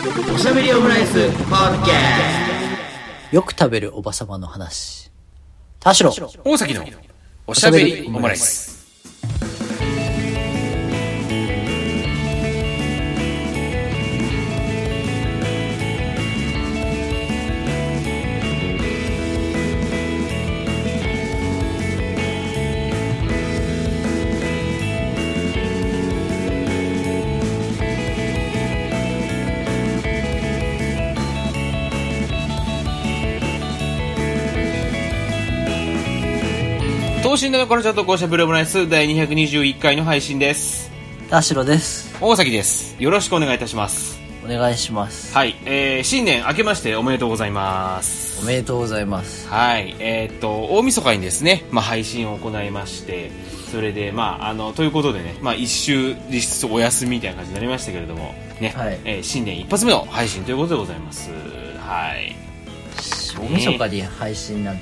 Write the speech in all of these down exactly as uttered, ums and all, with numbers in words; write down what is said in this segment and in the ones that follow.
おしゃべりオムライスポッドキャスト。よく食べるおばさまの話。田代大崎のおしゃべりオムライス。等身大のカルチャーとおしゃべりオムライスだいにひゃくにじゅういっかいの配信です。 田代です。 大崎です。よろしくお願いいたします。 お願いします。 はい、えー、新年明けましておめでとうございます。 おめでとうございます。 はい、えー、っと大晦日にですね、まあ、配信を行いまして、それでまああのということでね、まあ、一週実質お休みみたいな感じになりましたけれどもね、はい、えー、新年一発目の配信ということでございます。はい。 大晦日に配信なんて、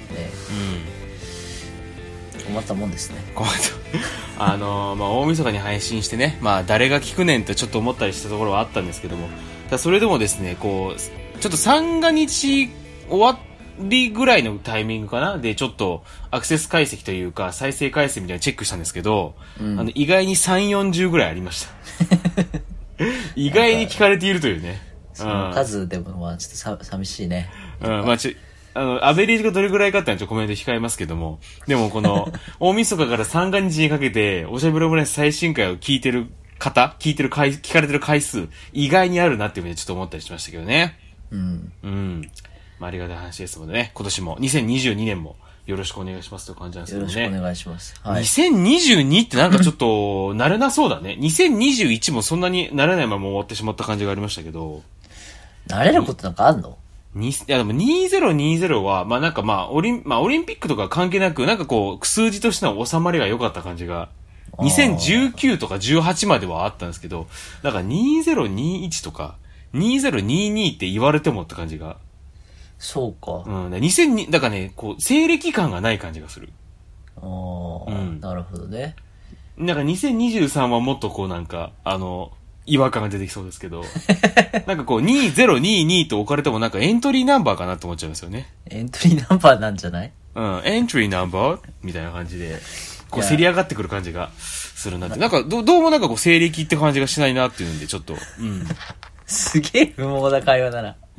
うん、 困ったもんですね。 困ったあの、まあ、大晦日に配信してね、まあ、誰が聞くねんとちょっと思ったりしたところはあったんですけども、ただそれでもですね、こうちょっと三が日終わりぐらいのタイミングかなでちょっとアクセス解析というか再生回数みたいなチェックしたんですけど、うん、あの意外にさんじゅう、よんじゅうぐらいありました意外に聞かれているというね、 その数でもまあちょっとさ寂しいね。 うん、まあちょあの、アベレージがどれぐらいかってのはちょっとコメント控えますけども、でもこの、大晦日から三が日にかけて、おしゃべりオムライス最新回を聞いてる方、聞いてる回、聞かれてる回数、意外にあるなっていうふうにちょっと思ったりしましたけどね。 うん。 うん。まあ、ありがたい話ですのでね、今年も、にせんにじゅうにねんもよろしくお願いしますという感じなんですけどね。 よろしくお願いします。はい。 にせんにじゅうにってなんかちょっと、慣れなそうだね。にせんにじゅういちもそんなに慣れないまま終わってしまった感じがありましたけど。 慣れることなんかあんの？ にいやでもにせんにじゅうは、まあなんかまあオリン、まあオリンピックとか関係なく、なんかこう、数字としての収まりが良かった感じが、にせんじゅうきゅうとかじゅうはちまではあったんですけど、なんかにせんにじゅういちとか、にせんにじゅうにって言われてもって感じが。 そうか。 うん。にせんに、だからね、こう、西暦感がない感じがする。 ああ、うん、なるほどね。 なんかにせんにじゅうさんはもっとこうなんか、あの、違和感が出てきそうですけど、なんかこうにせんにじゅうにと置かれてもなんかエントリーナンバーかなと思っちゃいますよね。 エントリーナンバーなんじゃない？ うん、エントリーナンバーみたいな感じで、こうせり上がってくる感じがするなって。なんかど、どうもなんかこう西暦って感じがしないなっていうんで、ちょっと、うん。 すげえ不毛な会話だな。 うん。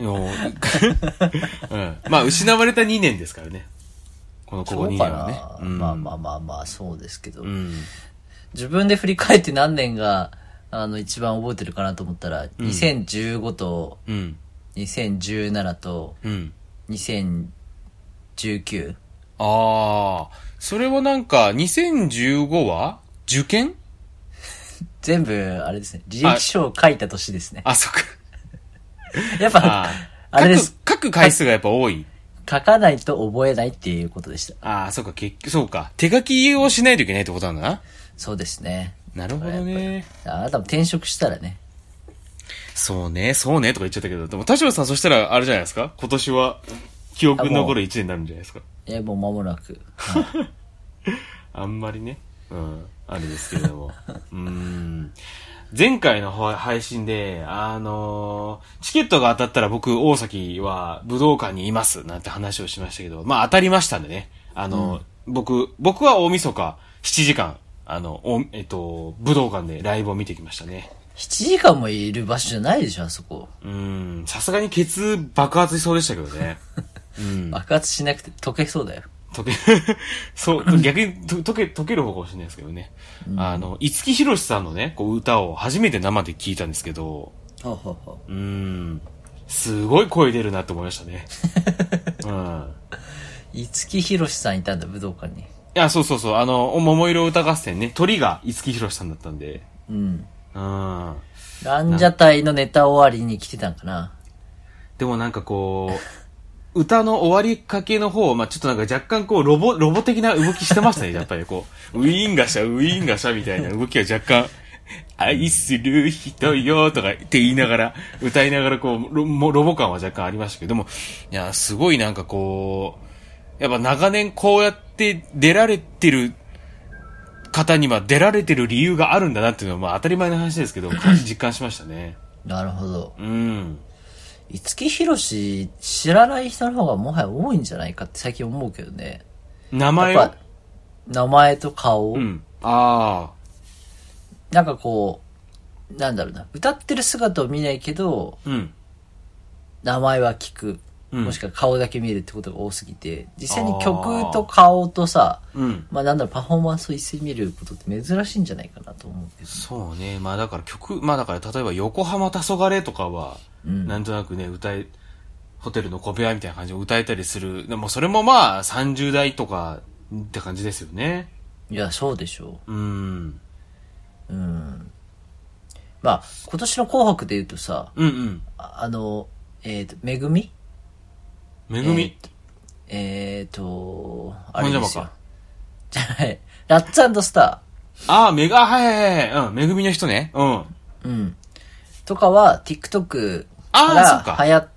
まあ失われたにねんですからね。このここにねんはね。 うん、まあまあまあまあそうですけど、 うん、 自分で振り返って何年が、あの、一番覚えてるかなと思ったら、うん、にせんじゅうごと、 うん、 にせんじゅうななと、 うん、 にせんじゅうきゅう。 ああ、それはなんか、にせんじゅうごは受験全部、あれですね。履歴書を書いた年ですね。 あ、あそっか。 やっぱ、あ, あれです。 書く回数がやっぱ多い。 書かないと覚えないっていうことでした。 ああ、そうか、結局、そうか。手書きをしないといけないってことなんだな。 そうですね。 なるほどね。 あなたも転職したらね。 そうね、そうねとか言っちゃったけど、でも田代さんそしたらあれじゃないですか？今年は記憶に残る一年になるんじゃないですか？ いや、もう間もなく。はい、 あんまりね、うん、あれですけれども。うーん。前回の配信で、あのー、チケットが当たったら僕、大崎は武道館にいますなんて話をしましたけど、まあ当たりましたんでね。あのー、うん、僕、僕は大晦日しちじかん、あの、おえっと、武道館でライブを見てきましたね。 しちじかんもいる場所じゃないでしょ、あそこ。 うーん、さすがにケツ爆発しそうでしたけどね。 うん、爆発しなくて溶けそうだよ。 溶け、そう、逆に溶け、溶ける方かもしれないですけどね。うん、あの、五木ひろしさんのね、こう歌を初めて生で聞いたんですけど、 はははうーん、すごい声出るなって思いましたね。うん。 五木ひろしさんいたんだ、武道館に。 いや、そうそうそう、あの、桃色歌合戦ね、鳥が五木ひろしさんだったんで。 うん。 うん。 ランジャタイのネタ終わりに来てたんかな。 でもなんかこう、歌の終わりかけの方、まあ、ちょっとなんか若干こう、ロボ、ロボ的な動きしてましたね、やっぱりこう、ウィーンガシャ、ウィーンガシャみたいな動きが若干、愛する人よとかって言いながら、歌いながらこう、ロ, ロボ感は若干ありましたけども、いや、すごいなんかこう、やっぱ長年こうやって出られてる方には出られてる理由があるんだなっていうのはまあ当たり前の話ですけど、実感しましたね。 なるほど。 うん。 五木ひろし知らない人の方がもはや多いんじゃないかって最近思うけどね。 名前をやっぱ名前と顔。 うん。ああ。 なんかこう、なんだろうな。歌ってる姿を見ないけど、 うん。 名前は聞く。 うん、 もしくは顔だけ見るってことが多すぎて、実際に曲と顔とさ、 うん、 まあなんだろう、パフォーマンスを一斉に見ることって珍しいんじゃないかなと思うけど、ね。 そうね。まあだから曲、まあだから例えば横浜黄昏とかは、うん、なんとなくね、歌え、ホテルの小部屋みたいな感じで歌えたりする。でもそれもまあさんじゅう代とかって感じですよね。 いや、そうでしょう。うん。 うん。まあ、今年の紅白で言うとさ、 うんうん。 あ, あの、えっ、ー、と、めぐみめぐみえっ、ー、と、あれですよ。 かじゃない。ラッツ&スター。ああ、めが、はいはいはい。うん、めぐみの人ね。うん。 うん。とかは、TikTok から流行って、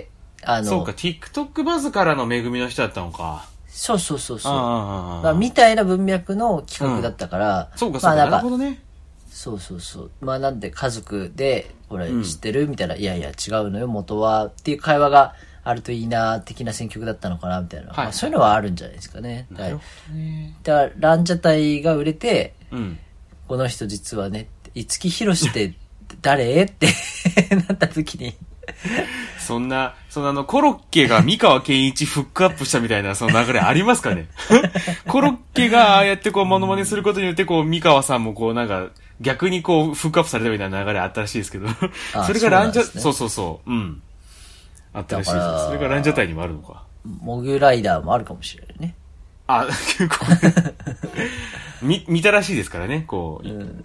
あの、 そうか、TikTok バズからのめぐみの人だったのか。 そうそうそうそう。 あまあ、みたいな文脈の企画だったから、 うん、そうかそうか、まあ、なるほどね。 そうそうそう。まあなんで家族で、これ知ってる、うん、みたいな、いやいや違うのよ、元は、っていう会話があるといいな、的な選曲だったのかな、みたいな。はい、まあ、そういうのはあるんじゃないですかね。 なるほどね。 だから、ランジャタイが売れて、 うん、 この人実はね、五木ひろしって誰ってなった時に。 そんな、そのあの、コロッケが三河健一フックアップしたみたいな、その流れありますかねコロッケがああやってこう、モノマネすることによって、こう、三河さんもこう、なんか、逆にこう、フックアップされたみたいな流れあったらしいですけど。それがランジャ、そう、ね、そうそうそう、うん。あったらしいです。それがランジャタイにもあるのか。 モグライダーもあるかもしれないね。 あ、結構、見、見たらしいですからね、こう、うん、うん、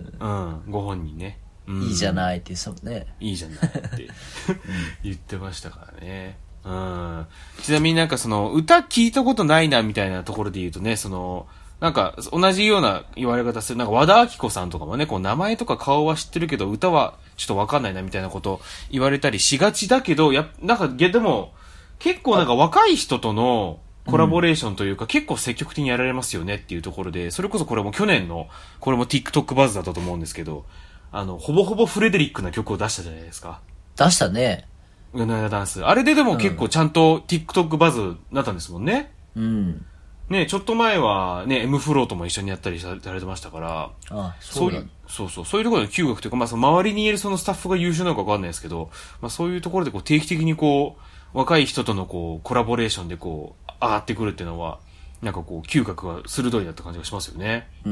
ご本人ね。 いいじゃないって言ってたもんね。 いいじゃないって言ってましたからね。うん。ちなみになんかその、歌聞いたことないなみたいなところで言うとね、その、なんか同じような言われ方する、なんか和田アキ子さんとかもね、こう名前とか顔は知ってるけど、歌はちょっとわかんないなみたいなこと言われたりしがちだけど、や、なんか、いやでも、結構なんか若い人とのコラボレーションというか、うん、結構積極的にやられますよねっていうところで、それこそこれも去年の、これも TikTok バズだったと思うんですけど、あの、ほぼほぼフレデリックな曲を出したじゃないですか。 出したね。 うなやダンス。あれででも結構ちゃんと TikTok バズになったんですもんね。 うん。 ね、ちょっと前はね、M フローとも一緒にやったりされてましたから、 ああ、そういう、 そうそう、そういうところで嗅覚というか、まあその周りにいるそのスタッフが優秀なのかわかんないですけど、まあそういうところでこう定期的にこう、若い人とのこう、コラボレーションでこう、上がってくるっていうのは、なんかこう、嗅覚が鋭いなって感じがしますよね。 うん。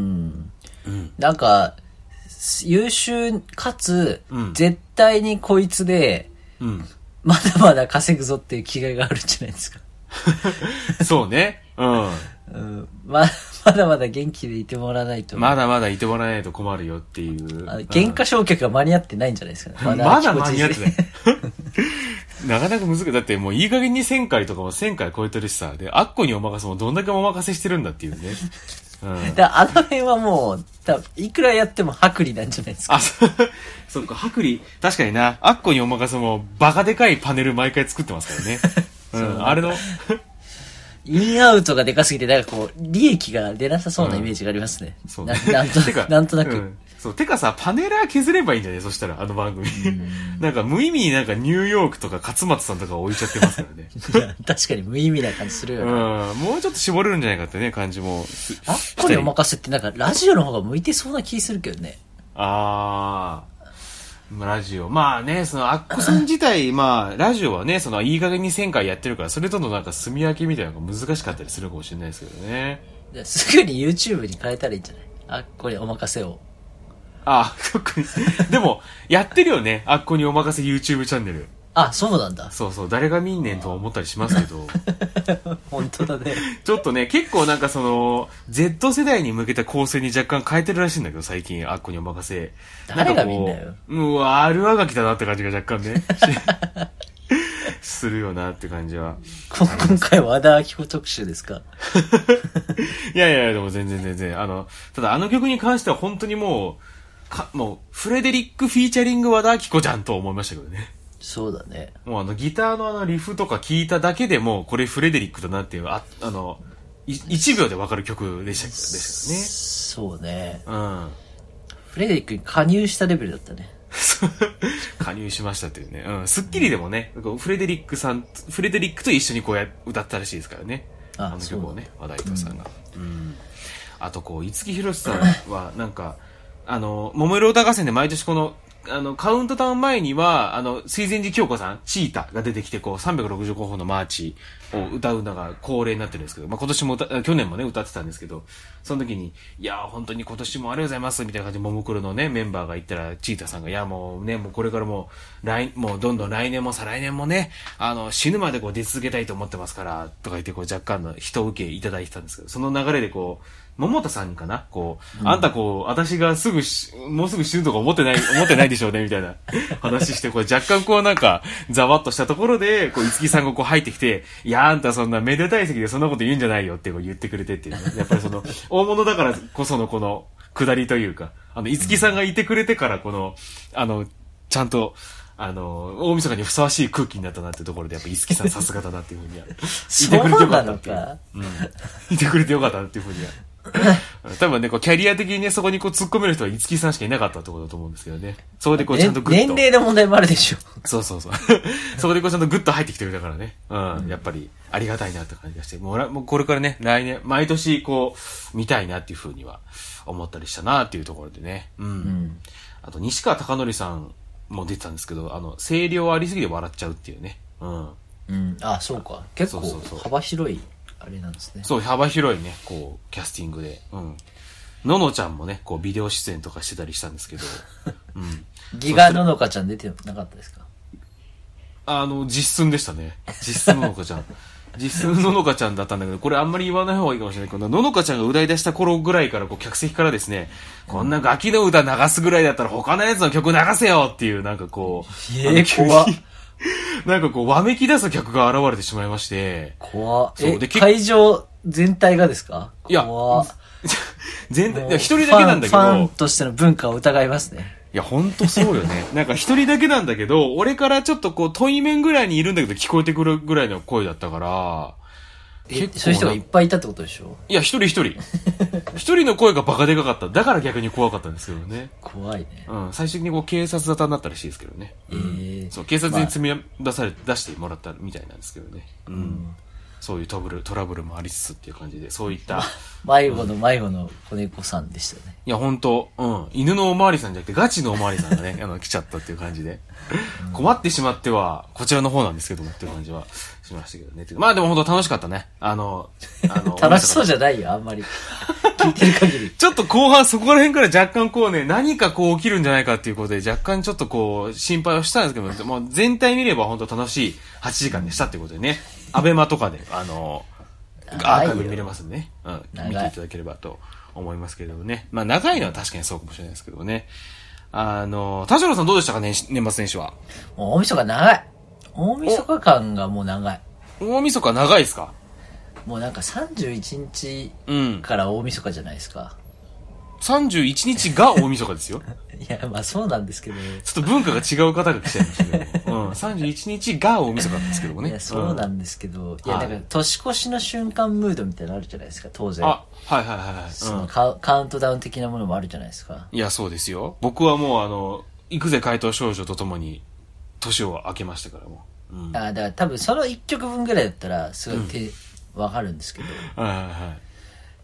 うん。 なんか、優秀かつ、 うん、 絶対にこいつで、 うん、 まだまだ稼ぐぞっていう気概があるんじゃないですか。 そうね。うん。 うん、ま、まだまだ元気でいてもらわないと。 まだまだいてもらわないと困るよっていう。 あ、原価償却が間に合ってないんじゃないですかね。 まだ, まだ間に合ってない。なかなか難しい。だってもういい加減にせんかいとかもせんかい超えてるしさ。で、アッコにお任せもどんだけお任せしてるんだっていうね。うん、 だあの辺はもう、多分いくらやっても薄利なんじゃないですか。 あ、そ、そっか、薄利。確かにな。アッコにお任せもバカでかいパネル毎回作ってますからね。うん、あれの。 インアウトがでかすぎて、なんかこう、利益が出なさそうなイメージがありますね。 うん、そうななんとなんとなく、うん。 そう。てかさ、パネラー削ればいいんじゃねそしたら、あの番組。なんか無意味になんかニューヨークとか勝松さんとか置いちゃってますからね。 いや、確かに無意味な感じするよね。 うん。もうちょっと絞れるんじゃないかってね、感じも。 あっこにお任せってなんかラジオの方が向いてそうな気するけどね。 あー。ラジオ。まあね、その、アッコさん自体、まあ、ラジオはね、その、いい加減にせんかいやってるから、それとのなんか、住み分けみたいなのが難しかったりするかもしれないですけどね。 すぐに YouTube に変えたらいいんじゃないあっこにお任せを。 ああ、特に。でも、やってるよね。あっこにお任せ YouTube チャンネル。 あ、そうなんだ。 そうそう、誰が見んねんとは思ったりしますけど。 本当だね。 ちょっとね、結構なんかその、Z 世代に向けた構成に若干変えてるらしいんだけど、最近、あっこにお任せ。 誰が見んだよ。 うわ、あるあがきだなって感じが若干ね。するよなって感じは。 今回は和田アキ子特集ですかいやいや、でも全然全然。あの、ただあの曲に関しては本当にもう、か、もう、フレデリックフィーチャリング和田アキ子じゃんと思いましたけどね。 そうだね。 もうあのギターのあのリフとか聞いただけでもこれフレデリックだなっていう、あ、あの、いいちびょうでわかる曲でした、でしたね。 そうね。 うん。 フレデリックに加入したレベルだったね。 加入しましたというね。うん。スッキリでもね、フレデリックさん、フレデリックと一緒にこうや歌ったらしいですからね。あ, あの曲をね、和田糸さんが。うん。うん、あとこう、五木ひろしさんは、なんか、あの、桃色歌合戦で毎年この、あの、カウントダウン前には、あの、水前寺京子さん、チータが出てきて、こう、さんびゃくろくじゅうごほんのマーチを歌うのが恒例になってるんですけど、まあ、今年も歌、去年もね、歌ってたんですけど、その時に、いやー、本当に今年もありがとうございます、みたいな感じで、ももクロのね、メンバーが言ったら、チータさんが、いや、もうね、もうこれからもう、来、もうどんどん来年も再来年もね、あの、死ぬまでこう出続けたいと思ってますから、とか言って、こう、若干の人受けいただいてたんですけど、その流れでこう、桃田さんかなこう、うん、あんたこう、私がすぐし、もうすぐ死ぬとか思ってない、思ってないでしょうね、みたいな話して、こう若干こうなんか、ざわっとしたところで、こう、五木さんがこう入ってきて、いや、あんたそんなめでたい席でそんなこと言うんじゃないよってこう言ってくれてっていうね。やっぱりその、大物だからこそのこの、下りというか、あの、五木さんがいてくれてからこの、あの、ちゃんと、あの、大晦日にふさわしい空気になったなっていうところで、やっぱ、五木さんさすがだなっていうふうには。いてくれてよかったっていう。うん。いてくれてよかったなっていうふうには。多分ね、こう、キャリア的にね、そこにこう、突っ込める人は五木さんしかいなかったってことだと思うんですけどね。そこでこう、ちゃんとグッと。 年齢の問題もあるでしょ。 そうそうそう。そこでこう、ちゃんとグッと入ってきてくれたからね。うん。うん、やっぱり、ありがたいなって感じがして、もう、もうこれからね、来年、毎年こう、見たいなっていうふうには思ったりしたなっていうところでね。うん。うん、あと、西川貴教さんも出てたんですけど、あの、声量ありすぎて笑っちゃうっていうね。うん。 うん。あ、そうか。結構、幅広い。あれなんですね。 そう、幅広いね、こう、キャスティングで。うん。ののちゃんもね、こう、ビデオ出演とかしてたりしたんですけど。うん。 ギガののかちゃん出てなかったですか？ あの、実寸でしたね。実寸ののかちゃん。実寸ののかちゃんだったんだけど、これあんまり言わない方がいいかもしれないけど、ののかちゃんが歌い出した頃ぐらいから、こう、客席からですね、こんなガキの歌流すぐらいだったら他のやつの曲流せよっていう、なんかこう。 えー、怖っ。 なんかこう、わめき出す客が現れてしまいまして。 怖っ。え、で会場全体がですか？ いや、全体、一人だけなんだけど。 ファンとしての文化を疑いますね。 いや、ほんとそうよね。なんか一人だけなんだけど、俺からちょっとこう、遠い面ぐらいにいるんだけど、聞こえてくるぐらいの声だったから、 結構そういう人がいっぱいいたってことでしょ？ いや、一人一人。一人の声がバカでかかった。だから逆に怖かったんですけどね。 怖いね。 うん。最終的にこう、警察沙汰になったらしいですけどね。 ええー。 そう、警察に積み出され、まあ、出してもらったみたいなんですけどね。うん。うん、そういうトラブル、トラブルもありつつっていう感じで、そういった。 迷子の迷子の子猫さんでしたね。 いや、ほんと、うん。犬のおまわりさんじゃなくて、ガチのおまわりさんがね、あの、来ちゃったっていう感じで。うん、困ってしまっては、こちらの方なんですけどもっていう感じはしましたけどね。まあでも本当楽しかったね。あの、あの、 楽しそうじゃないよ、あんまり。聞いてる限り。 ちょっと後半そこら辺から若干こうね、何かこう起きるんじゃないかっていうことで若干ちょっとこう心配をしたんですけど、もう全体見れば本当楽しいはちじかんでしたっていうことでね。アベマとかで、あの、アーカイブ見れますんでね。うん。見ていただければと思いますけれどもね。まあ長いのは確かにそうかもしれないですけどね。あの、田代さんどうでしたかね、年末年始は。 もう大晦日長い。大晦日間がもう長い。 大晦日長いですか？ もうなんかさんじゅういちにちから大晦日じゃないですか。 うん、さんじゅういちにちが大晦日ですよ。 いや、まあそうなんですけど。 ちょっと文化が違う方が来ちゃいましたけど。うん。さんじゅういちにちが大晦日なんですけどもね。 いや、そうなんですけど。うん、いや、なんか年越しの瞬間ムードみたいなのあるじゃないですか、当然。 あ、はいはいはいはい。 そのカ、カウントダウン的なものもあるじゃないですか。 いや、そうですよ。僕はもうあの、行くぜ怪盗少女とともに、年を明けましたからもう。うん、 あ、だから多分そのいっきょくぶんぐらいだったら、すごい手、わ、うん、かるんですけど。 はいはいはい。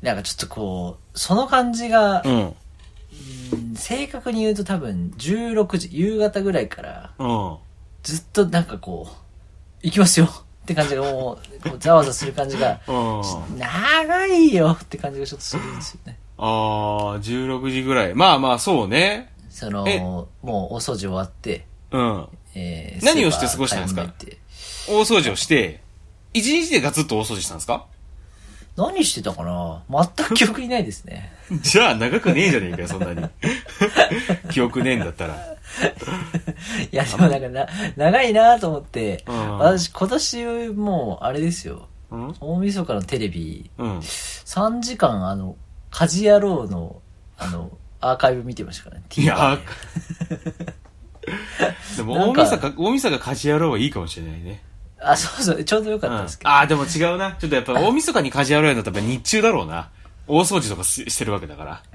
なんかちょっとこう、その感じが、 うん。 うん正確に言うと多分じゅうろくじ、夕方ぐらいから、 うん、 ずっとなんかこう、行きますよって感じがもう、こうざわざわする感じが、 うん、 長いよって感じがちょっとするんですよね。 ああ、じゅうろくじぐらい。まあまあそうね。 その、もうお掃除終わって、 うん。 えー、 何をして過ごしたんですか？大掃除をして、一日でガツッと大掃除したんですか？ 何してたかな？全く記憶にないですね。 じゃあ長くねえじゃねえかよ、そんなに。記憶ねえんだったら。 いや、でもなんかな、長いなと思って、うん、私今年もうあれですよ。うん、大晦日のテレビ、 うん、 さんじかんあの、家事野郎の、あの、アーカイブ見てましたからね。 いや、でも大晦日、大晦日家事野郎はいいかもしれないね。 あ、そうそう、ちょうどよかったですけど。 うん、あ、でも違うな。ちょっとやっぱ大晦日に家事やろうようになったら日中だろうな。大掃除とかしてるわけだから。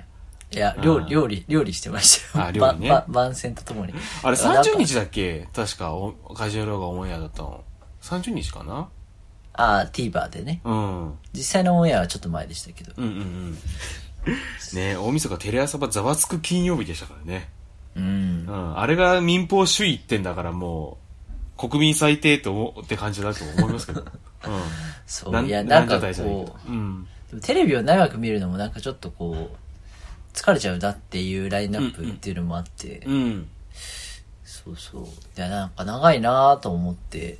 いや、料理、料理、料理してましたよ。 あ、料理ね。 ばば番宣とともに。 あれさんじゅうにちだっけ確か、カジュアルがオンエアだったの。さんじゅうにちかな。 ああ、TVer でね。 うん。 実際のオンエアはちょっと前でしたけど。 うんうんうん。ねえ、大晦日テレ朝はざわつく金曜日でしたからね。 うん。 うん。あれが民放首位ってんだからもう、国民最低と思って感じだと思いますけど。うん。 そう、いや、なんかこう、うん。 でもテレビを長く見るのもなんかちょっとこう、疲れちゃうなっていうラインナップっていうのもあって。 うん。うん、 そうそう。いや、なんか長いなぁと思って、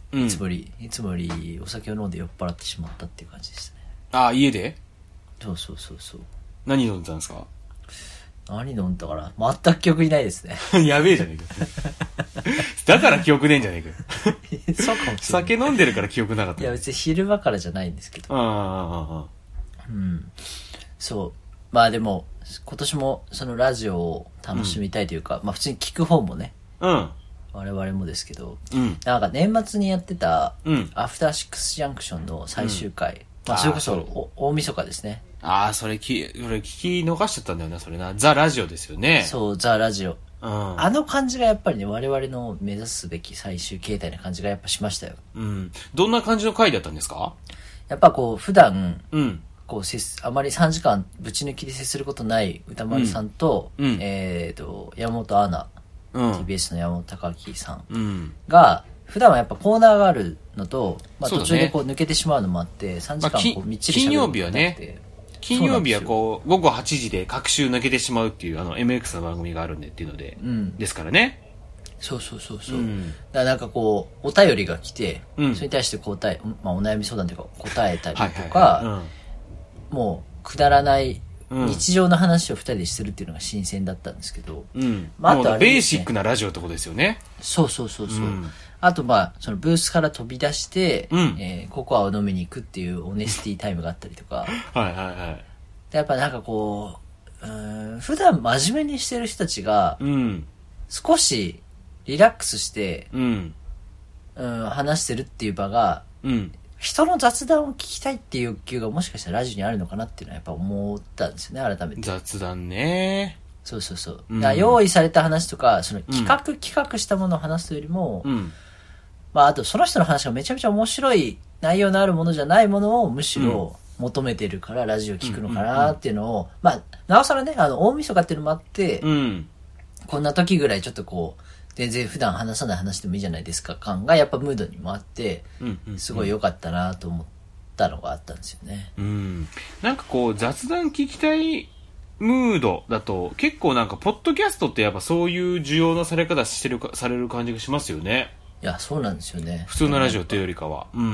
うん、 いつもより、いつもよりお酒を飲んで酔っ払ってしまったっていう感じでしたね。 ああ、家で？ そうそうそうそう。 何飲んでたんですか？ 何飲んだから全く記憶にないですね。 やべえじゃねえか。だから記憶ねえんじゃねえか。そうかもしれない。 酒飲んでるから記憶なかった。 いや別に昼間からじゃないんですけど。 ああ、ああ、 うん。そう。まあでも、今年もそのラジオを楽しみたいというか、うん、まあ普通に聞く方もね。 うん。 我々もですけど、 うん、 なんか年末にやってた、 うん、 アフターシックスジャンクションの最終回。うん、まあそれこそ大晦日ですね。 ああ、それき、それ聞き逃しちゃったんだよな、それな。ザ・ラジオですよね。 そう、ザ・ラジオ。 うん、 あの感じがやっぱりね、我々の目指すべき最終形態な感じがやっぱしましたよ。 うん。どんな感じの回だったんですか？ やっぱこう、普段、 うん、 こう、あまりさんじかんぶち抜きで接することない歌丸さんと、 うん、 えっ、ー、と、山本アナ、うん、ティービーエス の山本隆明さんが、普段はやっぱコーナーがあるのと、まあ途中でこう抜けてしまうのもあって、さんじかんこうみっちり喋ることがなくて、まあ、金曜日はね、 金曜日はこう、午後はちじで各週抜けてしまうっていう、あの、エムエックス の番組があるんでっていうので、うん、ですからね。 そうそうそうそう。うん、だからなんかこう、お便りが来て、うん、それに対して答え、まあお悩み相談というか答えたりとか、はいはいはいうん、もう、くだらない日常の話を二人でしてるっていうのが新鮮だったんですけど、 うん、まあ、あとあれ、ね、ベーシックなラジオってことですよね。 そうそうそうそう。うんあと、まあ、そのブースから飛び出して、うんえー、ココアを飲みに行くっていうオネスティタイムがあったりとか。 はいはいはい。 やっぱなんかこう、うーん、普段真面目にしてる人たちが、うん、少しリラックスして、うん、うん話してるっていう場が、うん、人の雑談を聞きたいっていう欲求がもしかしたらラジオにあるのかなっていうのはやっぱ思ったんですよね、改めて。 雑談ね。 そうそうそう。うん、だから用意された話とか、その企画、うん、企画したものを話すというよりも、うんまあ、あとその人の話がめちゃめちゃ面白い内容のあるものじゃないものをむしろ求めてるからラジオ聞くのかなっていうのを、まあ、なおさらね、あの、大晦日っていうのもあって、うん、こんな時ぐらいちょっとこう、全然普段話さない話でもいいじゃないですか感がやっぱムードにもあって、すごい良かったなと思ったのがあったんですよね。 うん。なんかこう、雑談聞きたいムードだと、結構なんか、ポッドキャストってやっぱそういう需要のされ方してるか、される感じがしますよね。 いや、そうなんですよね。 普通のラジオっていうよりかは。うん。うん、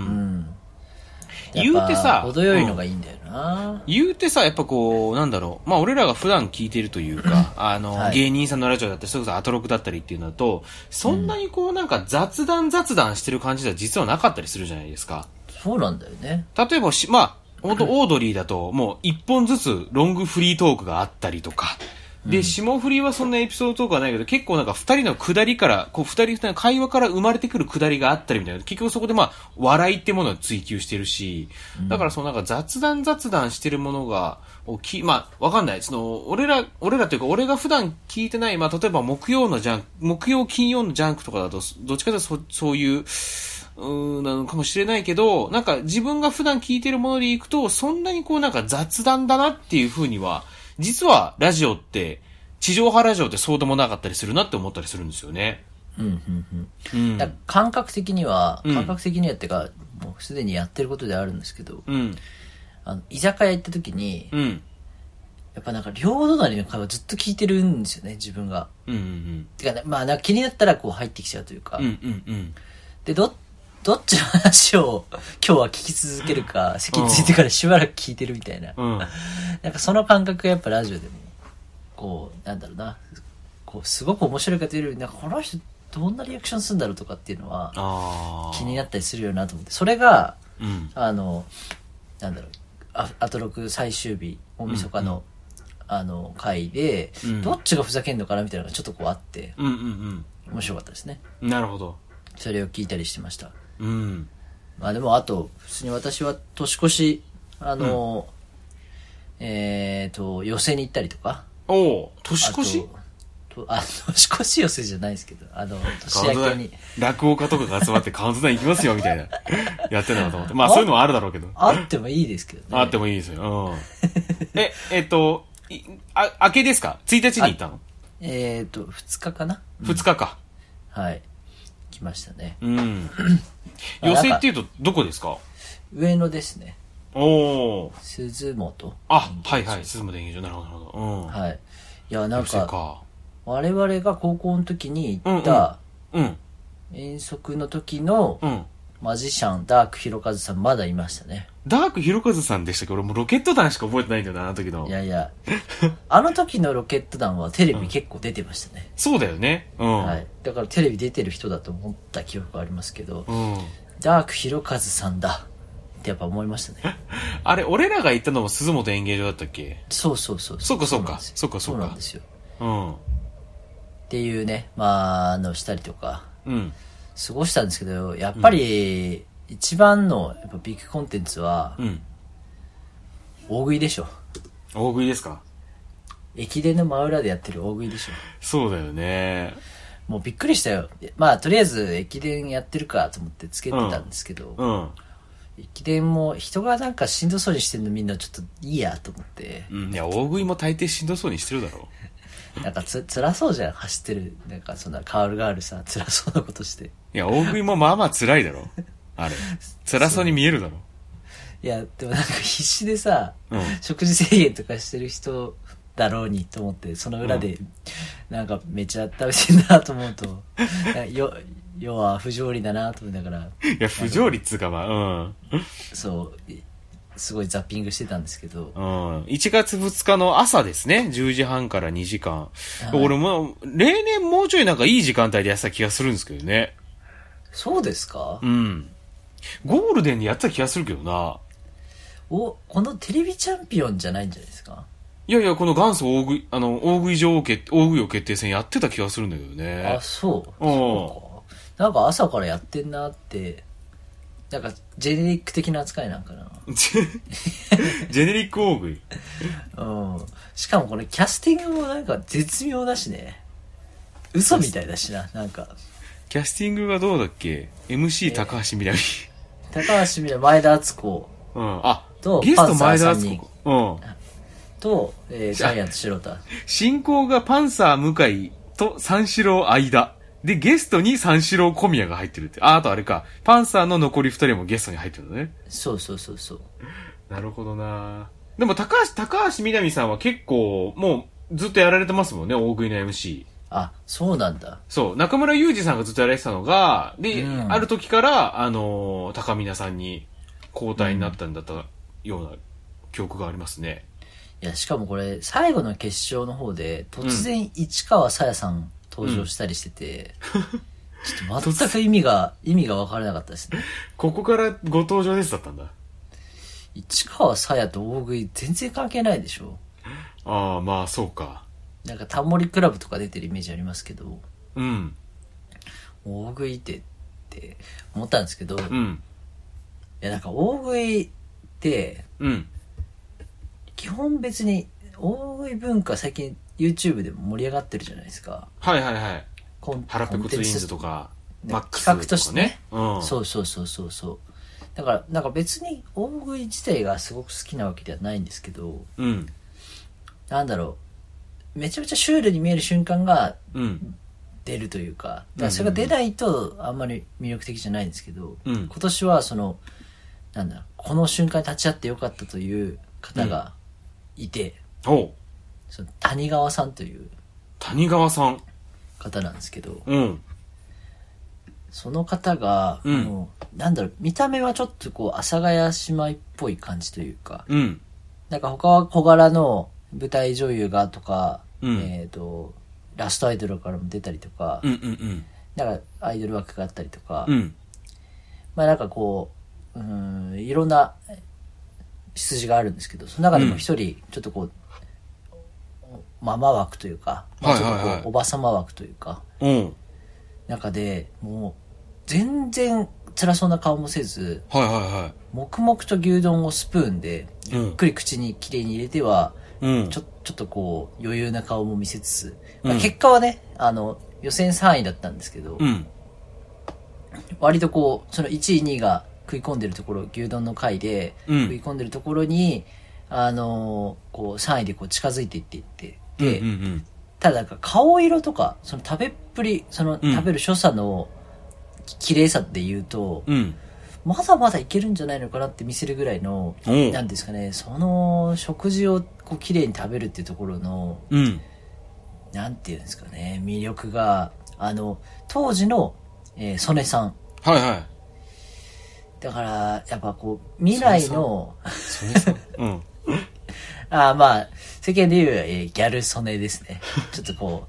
言うてさ、程よいのがいいんだよな、 うん。言うてさ、やっぱこう、なんだろう。まあ、俺らが普段聞いてるというか、あの、はい、芸人さんのラジオだったり、それこそアトロクだったりっていうのだと、そんなにこう、なんか雑談雑談してる感じでは実はなかったりするじゃないですか。 そうなんだよね。 例えばし、まあ、本当オードリーだと、もう一本ずつロングフリートークがあったりとか、で、霜降りはそんなエピソードトークはないけど、結構なんか二人の下りから、こう二人の会話から生まれてくる下りがあったりみたいな、結局そこでまあ、笑いってものを追求してるし、だからそのなんか雑談雑談してるものが、きまあ、わかんない。その、俺ら、俺らというか、俺が普段聞いてない、まあ、例えば木曜のジャンク、木曜金曜のジャンクとかだと、どっちかというとそ、そういう、うーん、なのかもしれないけど、なんか自分が普段聞いてるものでいくと、そんなにこうなんか雑談だなっていう風には、実はラジオって、地上波ラジオってそうでもなかったりするなって思ったりするんですよね。 うんうんうん。うん、だ感覚的には、感覚的にはってか、うん、もうすでにやってることであるんですけど、うん、あの居酒屋行った時に、うん、やっぱなんか両隣の会話ずっと聞いてるんですよね、自分が。うんうんうん、てかね、まあなんか気になったらこう入ってきちゃうというか。うんうんうん、で、ど、どっちの話を今日は聞き続けるか、席ついてからしばらく聞いてるみたいな。うん、なんかその感覚がやっぱラジオでも、こう、なんだろうな、こう、すごく面白いかというより、なんかこの人どんなリアクションするんだろうとかっていうのは、気になったりするよなと思って、それが、うん、あの、なんだろう、ア, アトロク最終日、大晦日の、うんうん、あの、回で、うん、どっちがふざけんのかなみたいなのがちょっとこうあって、うんうんうん、面白かったですね。 なるほど。 それを聞いたりしてました。 うん。 まあでもあと、普通に私は年越し、あの、うん、えっと、寄席に行ったりとか、 おお、年越しとあ、年越し寄せじゃないですけど、あの、年明けに。 落語家とかが集まってカウントダウン行きますよ、みたいな。やってんのかと思って。まあそういうのもあるだろうけど。 あってもいいですけどね。 あってもいいですよ。うん。え、えっと、あ、明けですか ?ついたちに行ったの？ えっと、ふつかかな、 うん、ふつかか。 はい。来ましたね。 うん。寄せっていうと、どこですか？ 上野ですね。 おー。 鈴本。 あ、はいはい。鈴本演芸場。なるほど、なるほど。うん。 はい。いや、なんか、か我々が高校の時に行った、うん、うん。遠足の時の、うん。マジシャン、ダークヒロカズさんまだいましたね。 ダークヒロカズさんでしたっけ？俺もうロケット団しか覚えてないんだよな、あの時の。 いやいや、あの時のロケット団はテレビ結構出てましたね。 うん、そうだよね。うん。 はい。だからテレビ出てる人だと思った記憶がありますけど、うん。ダークヒロカズさんだってやっぱ思いましたね。 あれ、俺らが行ったのも鈴本演芸場だったっけ？ そうそうそう。 そうかそうか。そうかそうか。 そうなんですよ。 うん。 っていうね、まあ、あの、したりとか、うん。過ごしたんですけど、やっぱり、うん一番のやっぱビッグコンテンツは、うん、大食いでしょ。 大食いですか？ 駅伝の真裏でやってる大食いでしょ。 そうだよね。 もうびっくりしたよ。まあとりあえず駅伝やってるかと思ってつけてたんですけど、うんうん、駅伝も人がなんかしんどそうにしてるのみんなちょっといいやと思って。 うん、いや大食いも大抵しんどそうにしてるだろう。なんかつ辛そうじゃん走ってるなんかそんなカールガールさ辛そうなことして。いや大食いもまあまあ辛いだろ。あれ辛そうに見えるだろ。 いやでもなんか必死でさ、うん、食事制限とかしてる人だろうにと思ってその裏で、うん、なんかめっちゃ食べてんなと思うとよ要は不条理だなと思いながらいや不条理っつうかまあうんそうすごいザッピングしてたんですけど、 うん、いちがつふつかの朝ですねじゅうじはんからにじかん、はい、俺も例年もうちょいなんかいい時間帯でやってた気がするんですけどね。 そうですか？ うんゴールデンでやってた気がするけどな。 お、このテレビチャンピオンじゃないんじゃないですか？ いやいや、この元祖大食い、あの、大食い女王決、大食い王決定戦やってた気がするんだけどね。 あ、そう。そうか。なんか朝からやってんなって、なんかジェネリック的な扱いなんかな。 ジェネリック大食い。 うん。しかもこれキャスティングもなんか絶妙だしね。嘘みたいだしな、なんか。 キャスティングがどうだっけ？ エムシー 高橋みなみ。 高橋みなみ、前田敦子。 うん。あ、とゲスト前田敦子。うん。 と、えー、ジャイアント白田。 進行がパンサー向井と三四郎間。で、ゲストに三四郎小宮が入ってるって。あ、あとあれか。パンサーの残り二人もゲストに入ってるのね。 そうそうそうそう。 なるほどな。でも高橋、高橋みなみさんは結構、もうずっとやられてますもんね、大食いの エムシー。 あ、そうなんだ。 そう。中村祐二さんがずっとやられてたのが、で、うん、ある時から、あのー、高見菜さんに交代になったんだったような記憶がありますね。 いや、しかもこれ、最後の決勝の方で、突然市川紗耶さん登場したりしてて、うん、ちょっと全く意味が、意味が分からなかったですね。 ここからご登場ですだったんだ。 市川紗耶と大食い全然関係ないでしょ。 ああ、まあそうか。 なんかタモリクラブとか出てるイメージありますけど、 うん。 大食いってって思ったんですけど、うん。いやなんか大食いって、うん。基本別に大食い文化最近 YouTube でも盛り上がってるじゃないですか。 はいはいはい。腹ペコツインズとか、マックスとか、ね、企画としてね。うん。そうそうそうそうそう。だからなんか別に大食い自体がすごく好きなわけではないんですけど、うん。なんだろう。めちゃめちゃシュールに見える瞬間が出るというか、うん、だからそれが出ないとあんまり魅力的じゃないんですけど、うん、今年はそのなんだこの瞬間に立ち会ってよかったという方がいて、うん、その谷川さんという谷川さん方なんですけど、うん、その方が、うん、もうなんだろう見た目はちょっとこう阿佐ヶ谷姉妹っぽい感じというか、うん、なんか他は小柄の舞台女優がとか、うん、えっ、ー、とラストアイドルからも出たりとか、うんうんうん、なんかアイドル枠があったりとか、うん、まあなんかこう、うーんいろんな筋があるんですけど、その中でも一人ちょっとこう、うん、ママ枠というか、まあ、ちょっとこう、はいはいはい、おばさま枠というか、うん、中でもう全然辛そうな顔もせず、 はいはいはい。 黙々と牛丼をスプーンで、ゆっくり口にきれいに入れては、うん、ちょ、ちょっとこう、余裕な顔も見せつつ、まあ、結果はね、あの、予選さんいだったんですけど、うん、割とこう、そのいちい、にいが食い込んでるところ、牛丼の回で、食い込んでるところに、うん、あの、こう、さんいでこう近づいていっていって、で、うんうんうん、ただなんか顔色とか、その食べっぷり、その食べる所作の綺麗さで言うと、うん、まだまだいけるんじゃないのかなって見せるぐらいの、なんですかね、その食事をこう綺麗に食べるっていうところの、うん、なんていうんですかね、魅力が、あの、当時の、えー、曽根さん。 はいはい。 だから、やっぱこう、未来の、 曽根さんうん。 あまあ、世間で言う、えー、ギャル曽根ですね。ちょっとこう、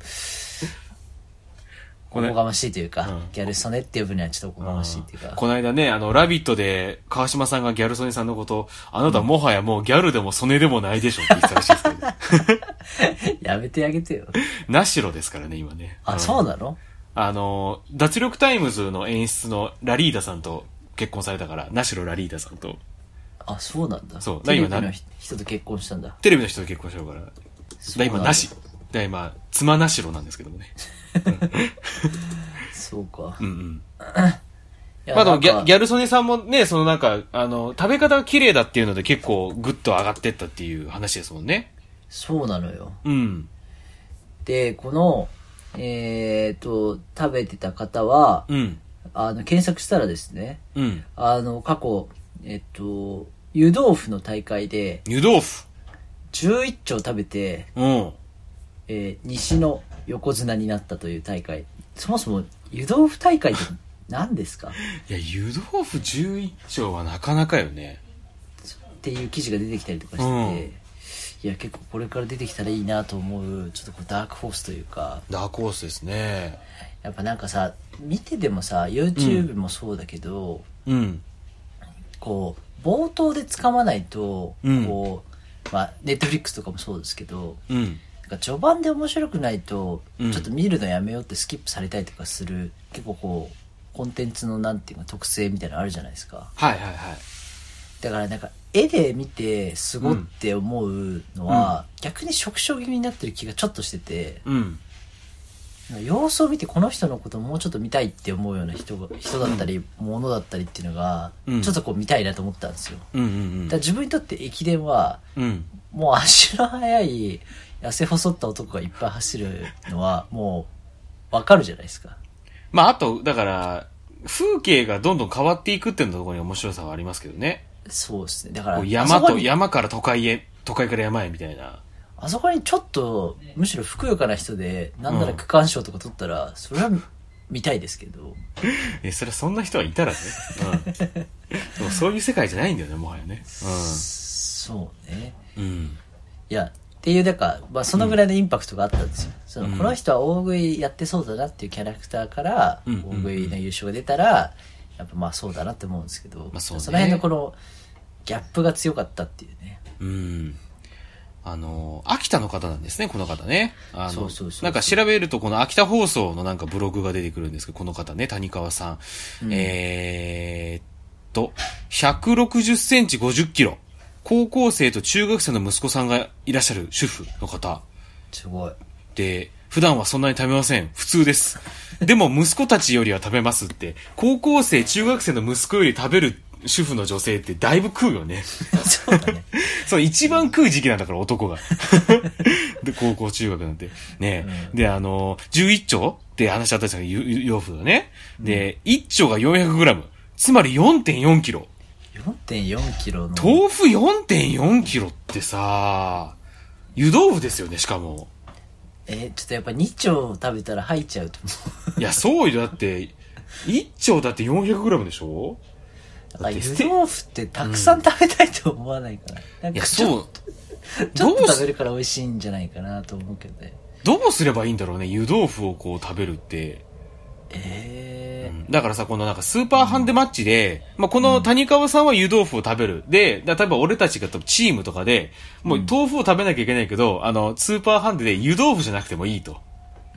おこがましいというか、うん、ギャル曽根って呼ぶにはちょっとおこがましいというか。 この間ね、あの、ラビットで、川島さんがギャル曽根さんのこと、あなたもはやもうギャルでも曽根でもないでしょって言ってたらしいですけど。 やめてあげてよ。 ナシロですからね、今ね。 あ、うん、そうなの？ あの、脱力タイムズの演出のラリーダさんと結婚されたから、ナシロラリーダさんと。 あ、そうなんだ。 そう。 テレビの人と結婚したんだ。 テレビの人と結婚したから。だ今なし。だ今、妻なしろなんですけどもね。 そうか。 うんうん。まあでもギャ、ギャル曽根さんもね、そのなんか、あの、食べ方が綺麗だっていうので結構グッと上がってったっていう話ですもんね。 そうなのよ。 うん。 で、この、えーと、食べてた方は、うん。あの、検索したらですね、うん。あの、過去、えっと、湯豆腐の大会で、 湯豆腐じゅういっちょう食べて、うん。えー、西の横綱になったという大会。そもそも湯豆腐大会って何ですか？ いや、湯豆腐じゅういっちょうはなかなかよね。 っていう記事が出てきたりとかしてて、うん、いや、結構これから出てきたらいいなと思う、ちょっとこうダークホースというか。 ダークホースですね。 やっぱなんかさ、見ててもさ、YouTube もそうだけど、うん。こう、冒頭で掴まないと、うん、こう、まあ、Netflix とかもそうですけど、うん。なんか序盤で面白くないと、うん、ちょっと見るのやめようってスキップされたりとかする、結構こう、コンテンツのなんていうか特性みたいなのあるじゃないですか。 はいはいはい。 だからなんか、絵で見てすごって思うのは、うん、逆に触傷気味になってる気がちょっとしてて、うん、様子を見てこの人のことをもうちょっと見たいって思うような人が人だったり、うん、物だったりっていうのが、うん、ちょっとこう見たいなと思ったんですよ。うんうんうん、だから自分にとって駅伝は、うん、もう足の速い痩せ細った男がいっぱい走るのはもうわかるじゃないですか。 まああとだから風景がどんどん変わっていくっていうところに面白さはありますけどね。 そうですね。だから山と山から都会へ、都会から山へみたいな。 あそこにちょっとむしろふくよかな人でなんなら区間賞とか取ったら、うん、それは見たいですけど。 え、それそんな人はいたらね。うん、もうそういう世界じゃないんだよね、もはやね。うん、 そうね。うん。いやっていうだからまあそのぐらいのインパクトがあったんですよ。うん、そのこの人は大食いやってそうだなっていうキャラクターから、うん、大食いの優勝が出たら。やっぱまあそうだなって思うんですけど、まあそうね、その辺のこのギャップが強かったっていうね。 うん。あの、秋田の方なんですね、この方ね。あの、そうそうそうそう、なんか調べるとこの秋田放送のなんかブログが出てくるんですけど、この方ね、谷川さん。うん、えーっと、ひゃくろくじゅっセンチごじゅっキロ。高校生と中学生の息子さんがいらっしゃる主婦の方。 すごい。 で、普段はそんなに食べません。普通です。でも息子たちよりは食べますって。高校生、中学生の息子より食べる主婦の女性ってだいぶ食うよね。 そうだね。 そう、一番食う時期なんだから男が。で、高校、中学なんて。ね、うん、で、あの、じゅういっちょって話あったじゃん、洋服だね。で、いっちょが よんひゃくグラム。つまり よんてんよんキロ。 よんてんよんキロの。 豆腐 よんてんよんキロってさ、湯豆腐ですよね、しかも。 えー、ちょっとやっぱに丁食べたら吐いちゃうと思う。いや、そうよ。だって、いっ丁だって よんひゃくグラム でしょ？ だから湯豆腐ってたくさん食べたいと思わないかな。うん、なんかちょっと、ちょっと食べるから美味しいんじゃないかなと思うけどね。 どうすればいいんだろうね、湯豆腐をこう食べるって。 えーうん、だからさ、このなんかスーパーハンデマッチで、うん、まあ、この谷川さんは湯豆腐を食べる。で、例えば俺たちがチームとかで、もう豆腐を食べなきゃいけないけど、うん、あの、スーパーハンデで湯豆腐じゃなくてもいいと。うん。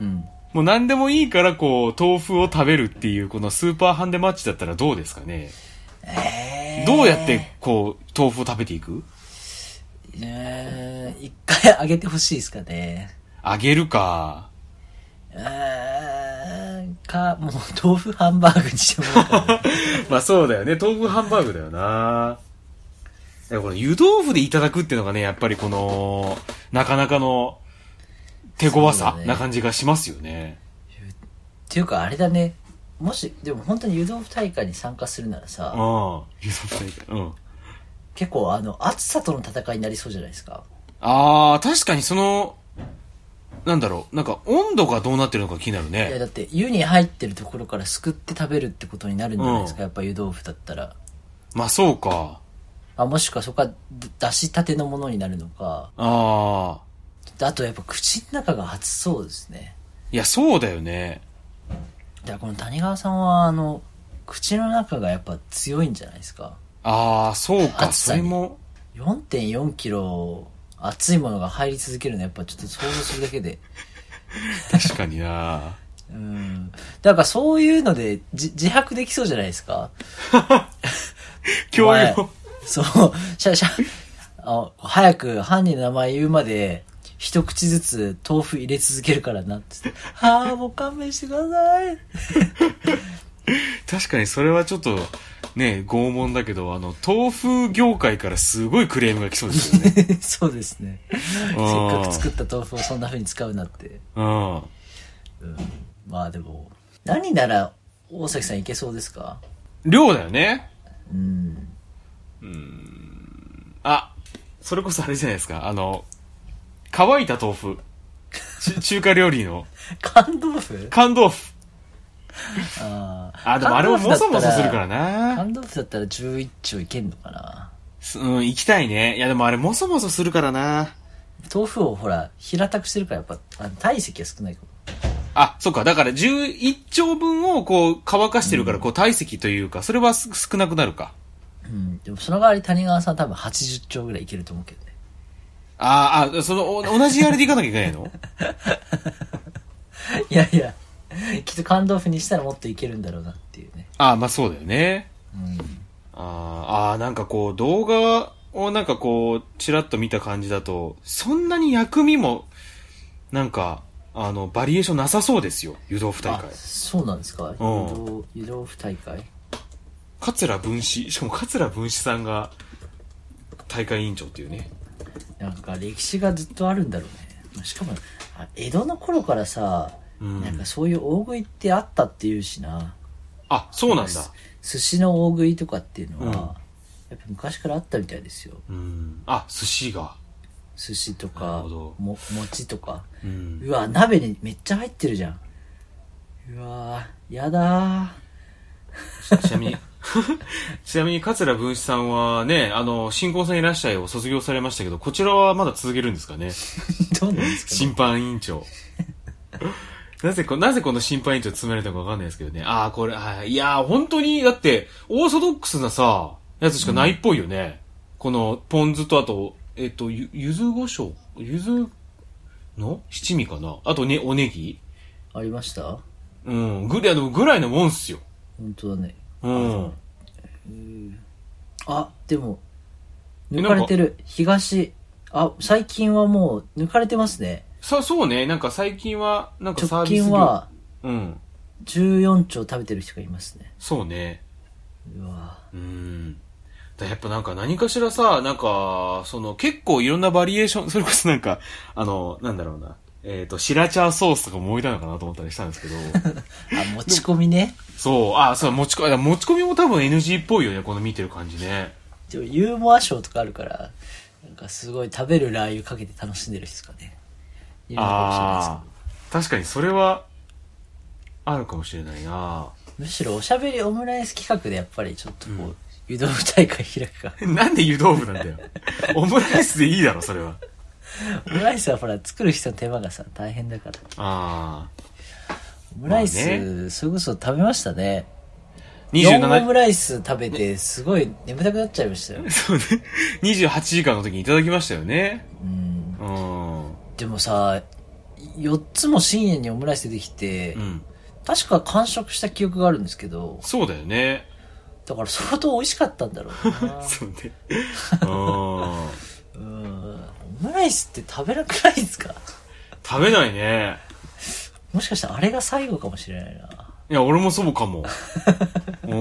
もう何でもいいからこう豆腐を食べるっていうこのスーパーハンデマッチだったらどうですかね。 えー、 どうやってこう豆腐を食べていく？ えー、一回揚げてほしいですかね。 揚げるか。 えー、かもう豆腐ハンバーグにしてもいいかな。 まあそうだよね、豆腐ハンバーグだよな。この湯豆腐でいただくっていうのがね、やっぱりこのなかなかの手強さな感じがしますよね。 っていうかあれだね、もしでも本当に湯豆腐大会に参加するならさ、 ああ、湯豆腐大会、うん、 結構あの暑さとの戦いになりそうじゃないですか。 ああ、確かにそのなんだろう、なんか温度がどうなってるのか気になるね。 いやだって湯に入ってるところからすくって食べるってことになるんじゃないですか、うん、やっぱ湯豆腐だったら。 まあそうか。 あ、もしくはそこは出したてのものになるのか。 ああ。あとやっぱ口の中が熱そうですね。 いやそうだよね。 だからこの谷川さんはあの口の中がやっぱ強いんじゃないですか。 ああ、そうか。それもよんてんよんキロ熱いものが入り続けるのやっぱちょっと想像するだけで確かにな。 うん。だからそういうのでじ自白できそうじゃないですか。 教養。 そう、しゃしゃあ早く犯人の名前言うまで一口ずつ豆腐入れ続けるからなってはあ、もう勘弁してください。 確かにそれはちょっとね、拷問だけど、あの豆腐業界からすごいクレームが来そうですよね。 そうですね。せっかく作った豆腐をそんな風に使うなって。うん。うん、まあでも何なら大崎さんいけそうですか？ 量だよね。 うん。 うーん。あ、それこそあれじゃないですか。あの乾いた豆腐。中華料理の。 乾豆腐？ 乾豆腐。 ああ、でもあれももそもそするからな。 乾豆腐だったらじゅういっ丁いけんのかな。 うん、行きたいね。いやでもあれもそもそするからな。 豆腐をほら平たくしてるからやっぱあの体積が少ないかも。 あ、そっか。だからじゅういち丁分をこう乾かしてるから、こう体積というか、それは少なくなるか。 うん。でもその代わり谷川さん多分はちじゅっ丁ぐらいいけると思うけどね。 ああ、その同じあれでいかなきゃいけないの？ いやいや。きっと乾豆腐にしたらもっといけるんだろうなっていうね。 ああ、まあそうだよね。 うん、 ああ、なんかこう動画をなんかこうちらっと見た感じだと、そんなに薬味もなんかあのバリエーションなさそうですよ、湯豆腐大会。 そうなんですか？ うん、 湯豆腐大会。 桂文枝、しかも桂文枝さんが大会委員長っていうね。 なんか歴史がずっとあるんだろうね。しかも江戸の頃からさ。うん、なんかそういう大食いってあったっていうしな。 あ、そうなんだ。 寿司の大食いとかっていうのは、うん、やっぱ昔からあったみたいですよ。 うん、あ、寿司が。 寿司とか、も餅とか、 うん。 うわ、鍋にめっちゃ入ってるじゃん。うわ、やだー。ちなみに、ちなみに桂文枝さんはね、あの、新婚さんいらっしゃいを卒業されましたけど、こちらはまだ続けるんですかね。 どうなんですかね。 審判委員長。なぜこ、なぜこの審判委員長詰められたのかわかんないですけどね。ああ、これ、はい。いやー、本当に、だって、オーソドックスなさ、やつしかないっぽいよね。うん、この、ポン酢とあと、えっと、ゆ、ゆず胡椒ゆずの七味かなあとね、おネギありました？ うん。ぐらいの、ぐらいのもんっすよ。 本当だね。 うん。 あ、でも、抜かれてる。東、あ、最近はもう、抜かれてますね。 そう、そうね。なんか最近は、なんかサービス直近は、 うん。 じゅうよん丁食べてる人がいますね。 そうね。 うわうん。だやっぱなんか何かしらさ、なんか、その結構いろんなバリエーション、それこそなんか、あの、なんだろうな。えっ、ー、と、シラチャーソースとかも置いたのかなと思ったりしたんですけど。 あ、持ち込みね。 そう、あ、そう、持ち込み、持ち込みも多分 エヌジー っぽいよね、この見てる感じね。 でもユーモアショーとかあるから、なんかすごい食べるラー油かけて楽しんでる人ですかね。 ああ、確かにそれはあるかもしれないな。 むしろおしゃべりオムライス企画でやっぱりちょっとこう、うん、湯豆腐大会開くか。 なんで湯豆腐なんだよ。オムライスでいいだろそれは。 オムライスはほら作る人の手間がさ大変だから。 ああ。 オムライス、まあね、それこそ食べましたね。 にじゅうななよんオムライス食べてすごい眠たくなっちゃいましたよ。 そうね。にじゅうはちじかんの時にいただきましたよね。 うん。 うん。 でもさ、 よっつも深夜にオムライス出てきて、うん、確か完食した記憶があるんですけど。 そうだよね。 だから相当美味しかったんだろうな。 そうね。あうん。オムライスって食べなくないですか？ 食べないね。 もしかしたらあれが最後かもしれないな。 いや、俺もそうかも。うん。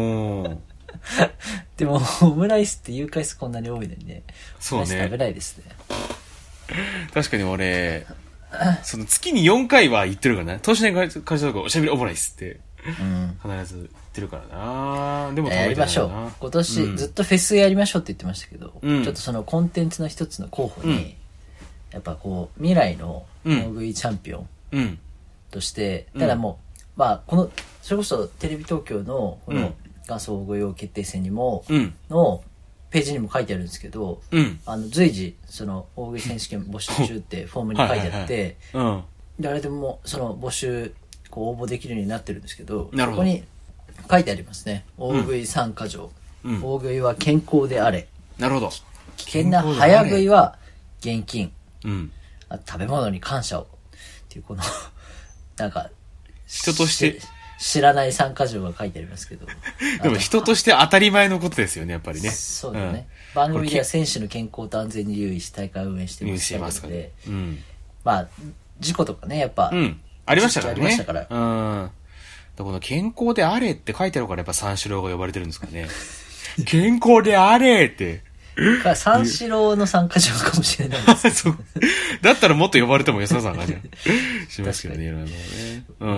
でも、オムライスって言う回数こんなに多いのにね。 そうね。 食べないですね。 確かに俺、その月によんかいは言ってるからね。投資年会社とかおしゃべりオムライスって、うん、必ず言ってるからな。でも食べてないな。 やりましょう。今年、うん、ずっとフェスやりましょうって言ってましたけど、うん、ちょっとそのコンテンツの一つの候補に、うん、やっぱこう、未来の大食いチャンピオンとして、うん、ただもう、まあ、この、それこそテレビ東京の、この元祖大食い王決定戦にも、うん、の、ページにも書いてあるんですけど、うん、あの随時その大食い選手権募集中ってフォームに書いてあって、誰でもその募集こう応募できるようになってるんですけど、そこに書いてありますね。大食い参加条、うん、大食いは健康であれ。 なるほど。 危険な早食いは現金。うん、食べ物に感謝をっていうこのなんか人として知らない参加条が書いてありますけど。 でも人として当たり前のことですよね、やっぱりね。 そうだね。うん、番組では選手の健康と安全に留意し大会を運営してますので、うん、まあ、事故とかね、やっぱ、うん、 ありましたからね。ありましたから。うん。この健康であれって書いてあるからやっぱ三四郎が呼ばれてるんですかね。健康であれって。 三四郎の参加条かもしれないです。 そう。だったらもっと呼ばれても良さそうな感じがしますけどね、いろいろね。うん。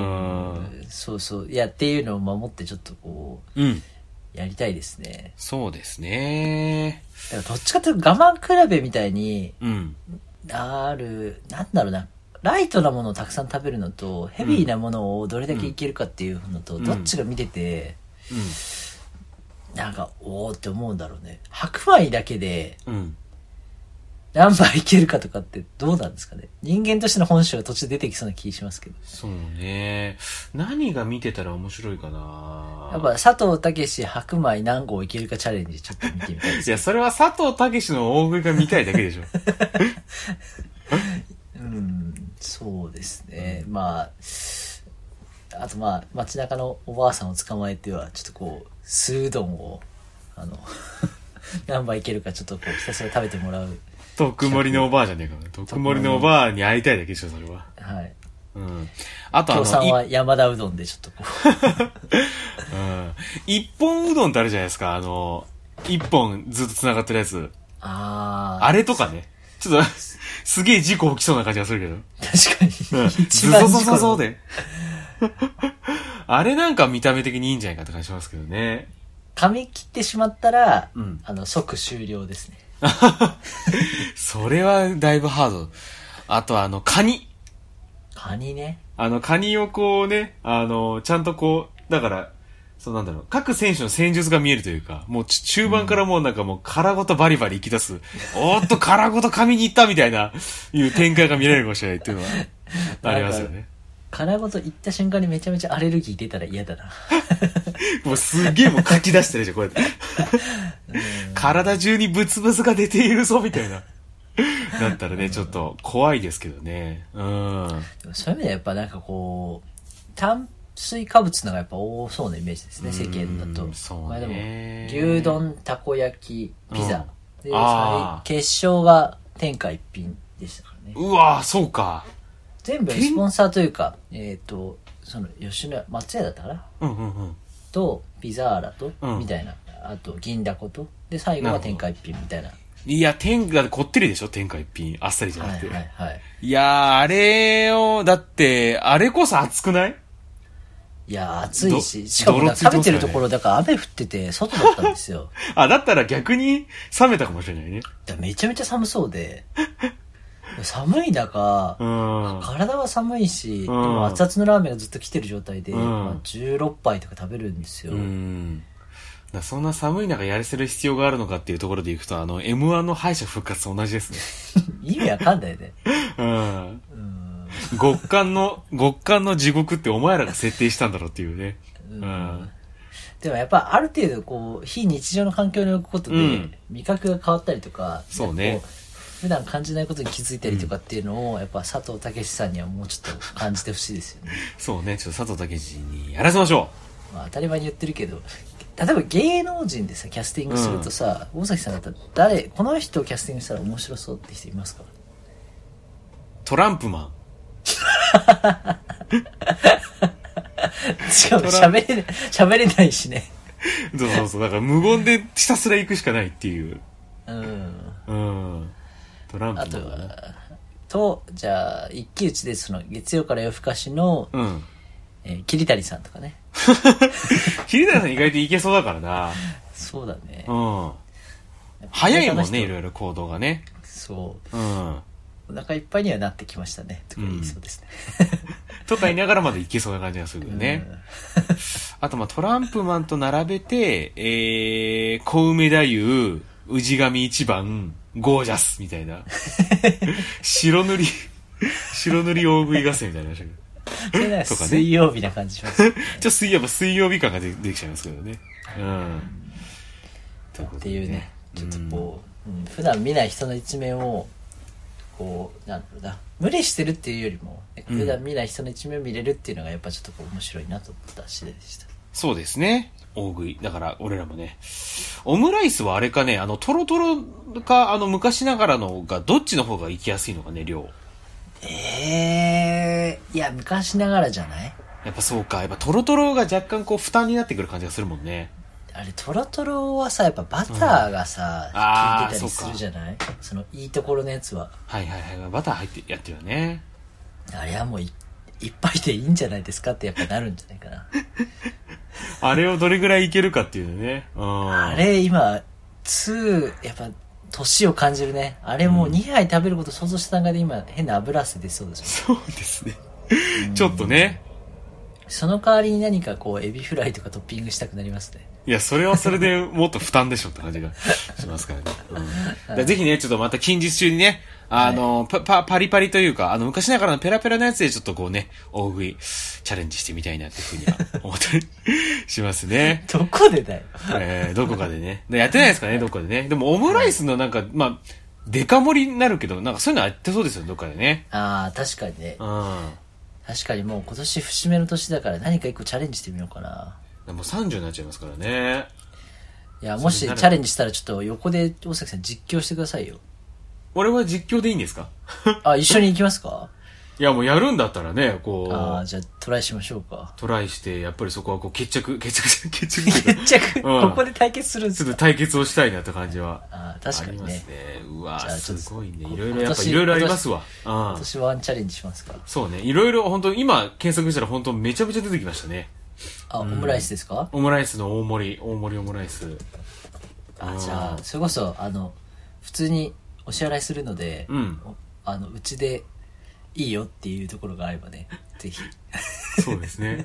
そうそう。いや、っていうのを守ってちょっとこう、うん、やりたいですね。 そうですね。 だからどっちかというと我慢比べみたいに、うん、ある、なんだろうな。ライトなものをたくさん食べるのと、ヘビーなものをどれだけいけるかっていうのと、うん、どっちが見てて、うん、なんか、おーって思うんだろうね。白米だけで、うん、何杯いけるかとかってどうなんですかね。人間としての本性が途中で出てきそうな気しますけど。 そうね。何が見てたら面白いかな。 やっぱ佐藤健白米何合いけるかチャレンジちょっと見てみたいです。 いや、それは佐藤健の大食いが見たいだけでしょ。 うん、そうですね。まあ、あとまあ、街中のおばあさんを捕まえては、ちょっとこう、酢うどんを、あの、何杯いけるかちょっとこう、ひたすら食べてもらう。 特盛りのおばあじゃねえかな。特盛りのおばあに会いたいだけでしょ、それは。 はい。 うん。あとあの、 今日さんは山田うどんでちょっとこう。うん。一本うどんってあるじゃないですか、あの、一本ずっと繋がってるやつ。ああ。あれとかね。ちょっと、すげえ事故起きそうな感じがするけど。 確かに。 うん。ズソソソソで。あれなんか見た目的にいいんじゃないかって感じしますけどね。 噛み切ってしまったら、うん、あの、即終了ですね。 それはだいぶハード。あとあの、カニ。 カニね。 あの、カニをこうね、あの、ちゃんとこう、だから、そうなんだろう、各選手の戦術が見えるというか、もう中盤からもうなんかもう殻ごとバリバリ行き出す、うん、おーっと殻ごと噛みに行ったみたいな、いう展開が見れるかもしれないっていうのは、ありますよね。 殻ごと行った瞬間にめちゃめちゃアレルギー出たら嫌だな。 もうすげえもう書き出してるじゃん、こうやって。体中にブツブツが出ているぞ、みたいな。だったらね、ちょっと怖いですけどね。うん。 そういう意味ではやっぱなんかこう、炭水化物のがやっぱ多そうなイメージですね、世間だと。 そうね。 まあでも、牛丼、たこ焼き、ピザ。うん、で、決勝が天下一品でしたからね。 うわぁ、そうか。 全部スポンサーというか、えっ、ー、と、その、吉野家、松屋だったかな、うんうんうん、と、ピザーラと、うん、みたいな。あと、銀だこと。で、最後は天下一品みたいな。 いや、天下、こってりでしょ天下一品。あっさりじゃなくて。 はいはいはい。 いやー、あれを、だって、あれこそ熱くない？ いや、暑いし、しかも食べてるところだから雨降ってて、外だったんですよ。 あ、だったら逆に冷めたかもしれないね。 めちゃめちゃ寒そうで。寒い中、うん、体は寒いし、うん、でも熱々のラーメンがずっと来てる状態で、うんまあ、じゅうろっぱいとか食べるんですよ。うんだそんな寒い中やらせる必要があるのかっていうところでいくと、あの、エムワン の敗者復活と同じですね。 意味わかんないね。 うん。うん極寒の、極寒の地獄ってお前らが設定したんだろうっていうね。うん。うん、 でもやっぱある程度こう、非日常の環境に置くことで、味覚が変わったりとか、 そうね。 普段感じないことに気づいたりとかっていうのを、やっぱ佐藤健さんにはもうちょっと感じてほしいですよね。 そうね、ちょっと佐藤健にやらせましょう。まあ当たり前に言ってるけど、例えば芸能人でさ、キャスティングするとさ、うん、大崎さんだったら誰、この人をキャスティングしたら面白そうって人いますか？ トランプマン。 しかも喋れない、喋れないしね。 そうそうそう、だから無言でひたすら行くしかないっていう。うん。うん。トランプマン。 あとは、と、じゃあ、一騎打ちでその、月曜から夜更かしの、うん。えー、桐谷さんとかね。 桐谷さん意外といけそうだからな。 そうだね。 うん。早いもんね、いろいろ行動がね。 そう。うん。お腹いっぱいにはなってきましたね。とか言いそうですね。 うん、とか言いながらまでいけそうな感じがするよね。うん、あと、まあ、トランプマンと並べて、えー、小梅太夫、氏神一番、ゴージャスみたいな。白塗り、白塗り大食い合戦みたいな。 それね、水曜日な感じしますね。 ちょっと水曜日、水曜日感が出てきちゃいますけどね。うん。 っていうね、ちょっとこう、うん、普段見ない人の一面を、こう、なんだろうな、無理してるっていうよりも、普段見ない人の一面を見れるっていうのがやっぱちょっとこう面白いなと思った次第でした。 そうですね。大食い。だから、俺らもね。オムライスはあれかね、あの、トロトロか、あの、昔ながらのが、どっちの方が行きやすいのかね、量。 ええー、いや、昔ながらじゃない？ やっぱそうか。やっぱトロトロが若干こう、負担になってくる感じがするもんね。 あれ、トロトロはさ、やっぱバターがさ、効、うん、いてたりするじゃない？ そ, その、いいところのやつは。 はいはいはい。バター入ってやってるよね。 あれはもうい、一杯でいいんじゃないですかってやっぱなるんじゃないかな。 あれをどれぐらいいけるかっていうのね。 うん、あれ、今、に、やっぱ、年を感じるね。あれもうにはい食べること想像した段階で今、変な油汗出そうですよね。そうですね。ちょっとね。 その代わりに何かこう、エビフライとかトッピングしたくなりますね。 いや、それはそれでもっと負担でしょって感じがしますからね。うんはい、ぜひね、ちょっとまた近日中にね、あの、はい、パ, パ, パリパリというか、あの、昔ながらのペラペラのやつでちょっとこうね、大食いチャレンジしてみたいなっていうふうには思ったりしますね。 どこでだよ。 えー、どこかでね。やってないですかね、どこかでね。でもオムライスのなんか、まあ、デカ盛りになるけど、なんかそういうのやってそうですよ、どっかでね。 ああ、確かにね。うん。確かにもう今年節目の年だから何か一個チャレンジしてみようかな。 もうさんじゅうになっちゃいますからね。 いや、もしチャレンジしたらちょっと横で大崎さん実況してくださいよ。 俺は実況でいいんですか？ あ、一緒に行きますか？ いや、もうやるんだったらね、こう。 ああ、じゃあトライしましょうか。 トライして、やっぱりそこはこう決着、決着、決着。 決着、うん、ここで対決するんですか？ ちょっと対決をしたいなって感じは。 ああ、確かにね。ありますね。 うわぁ、すごいね。いろいろやっぱいろいろありますわ。 今年ワンチャレンジしますか？ そうね。いろいろ本当今検索したら本当めちゃめちゃ出てきましたね。 あ、オムライスですか？ オムライスの大盛り、大盛りオムライス。 あ、じゃあ、それこそ、あの、普通にお支払いするので、うん、あの、うちでいいよっていうところがあればね、ぜひ。 そうですね。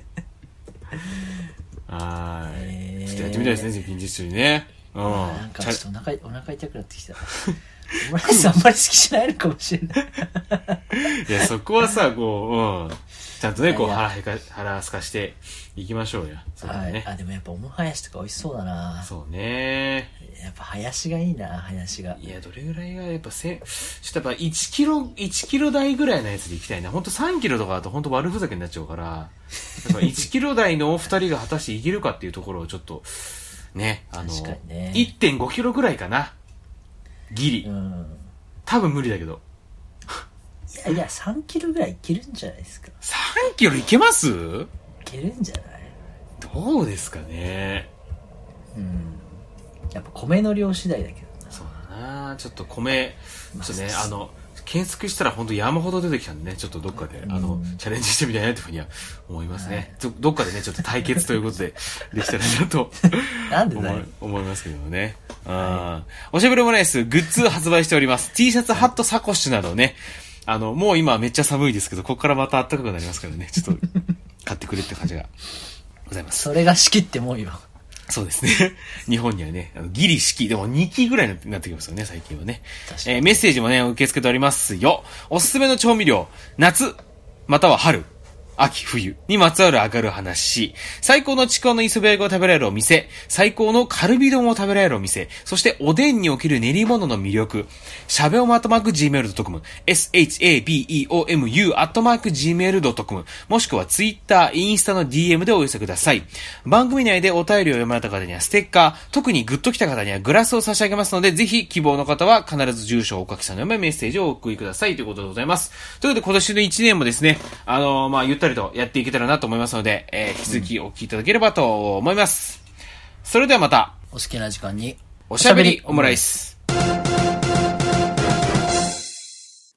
はい、えー。ちょっとやってみたいですね、近日中にね。 うん。なんかちょっとお腹、お腹痛くなってきた。オムライスあんまり好きじゃないのかもしれない。 いや、そこはさ、こう、うん。ちゃんとね、こう腹へか、腹すかしていきましょうよ。そうだね。 はい。あ、でもやっぱオムハヤシとか美味しそうだな。 そうね。 やっぱハヤシがいいな、ハヤシが。 いや、どれぐらいが、やっぱせ、ちょっとやっぱいちキロ、いちキロ台ぐらいのやつでいきたいな。ほんとさんキロとかだとほんと悪ふざけになっちゃうから、やっぱいちキロ台のお二人が果たしていけるかっていうところをちょっと、ね、あの、確かにね、いってんごキロぐらいかな。ギリ。うん。多分無理だけど。 いやいや、さんキロぐらいいけるんじゃないですか。 さんキロいけます？いけるんじゃない？ どうですかね。 うん。やっぱ米の量次第だけどな。 そうだな。ちょっと米、ちょっとね、あの、検索したら本当山ほど出てきたんでね、ちょっとどっかで、うん、あの、チャレンジしてみたいなというふうには思いますね。はい、どっかでね、ちょっと対決ということでできたらなとなんでだよ思いますけどね。はい、おしゃべりオムライスグッズ発売しております。T シャツ、ハット、サコッシュなどね、あの、もう今めっちゃ寒いですけど、ここからまた暖かくなりますからね、ちょっと買ってくれって感じがございます。 それが四季ってもんよ。 そうですね。日本にはね、ギリ四季、でもにきぐらいになってきますよね、最近はね。えー、メッセージもね、受け付けておりますよ。おすすめの調味料、夏、または春。 秋冬にまつわる明るい話、最高のちくわの磯辺揚げを食べられるお店、最高のカルビ丼を食べられるお店、そしておでんにおける練り物の魅力、しゃべおまアットマーク ジーメールドットコム、shabeomu アットマーク ジーメールドットコム、もしくはツイッター、インスタの ディーエム でお寄せください。番組内でお便りを読まれた方にはステッカー、特にグッときた方にはグラスを差し上げますので、ぜひ希望の方は必ず住所をお書きさの上メッセージをお送りくださいということでございます。ということで今年のいちねんもですね、あのー、まあ、ゆったりとやっていけたらなと思いますので、えー、引き続きお聞きいただければと思います。それではまた、 お好きな時間におしゃべりオムライス。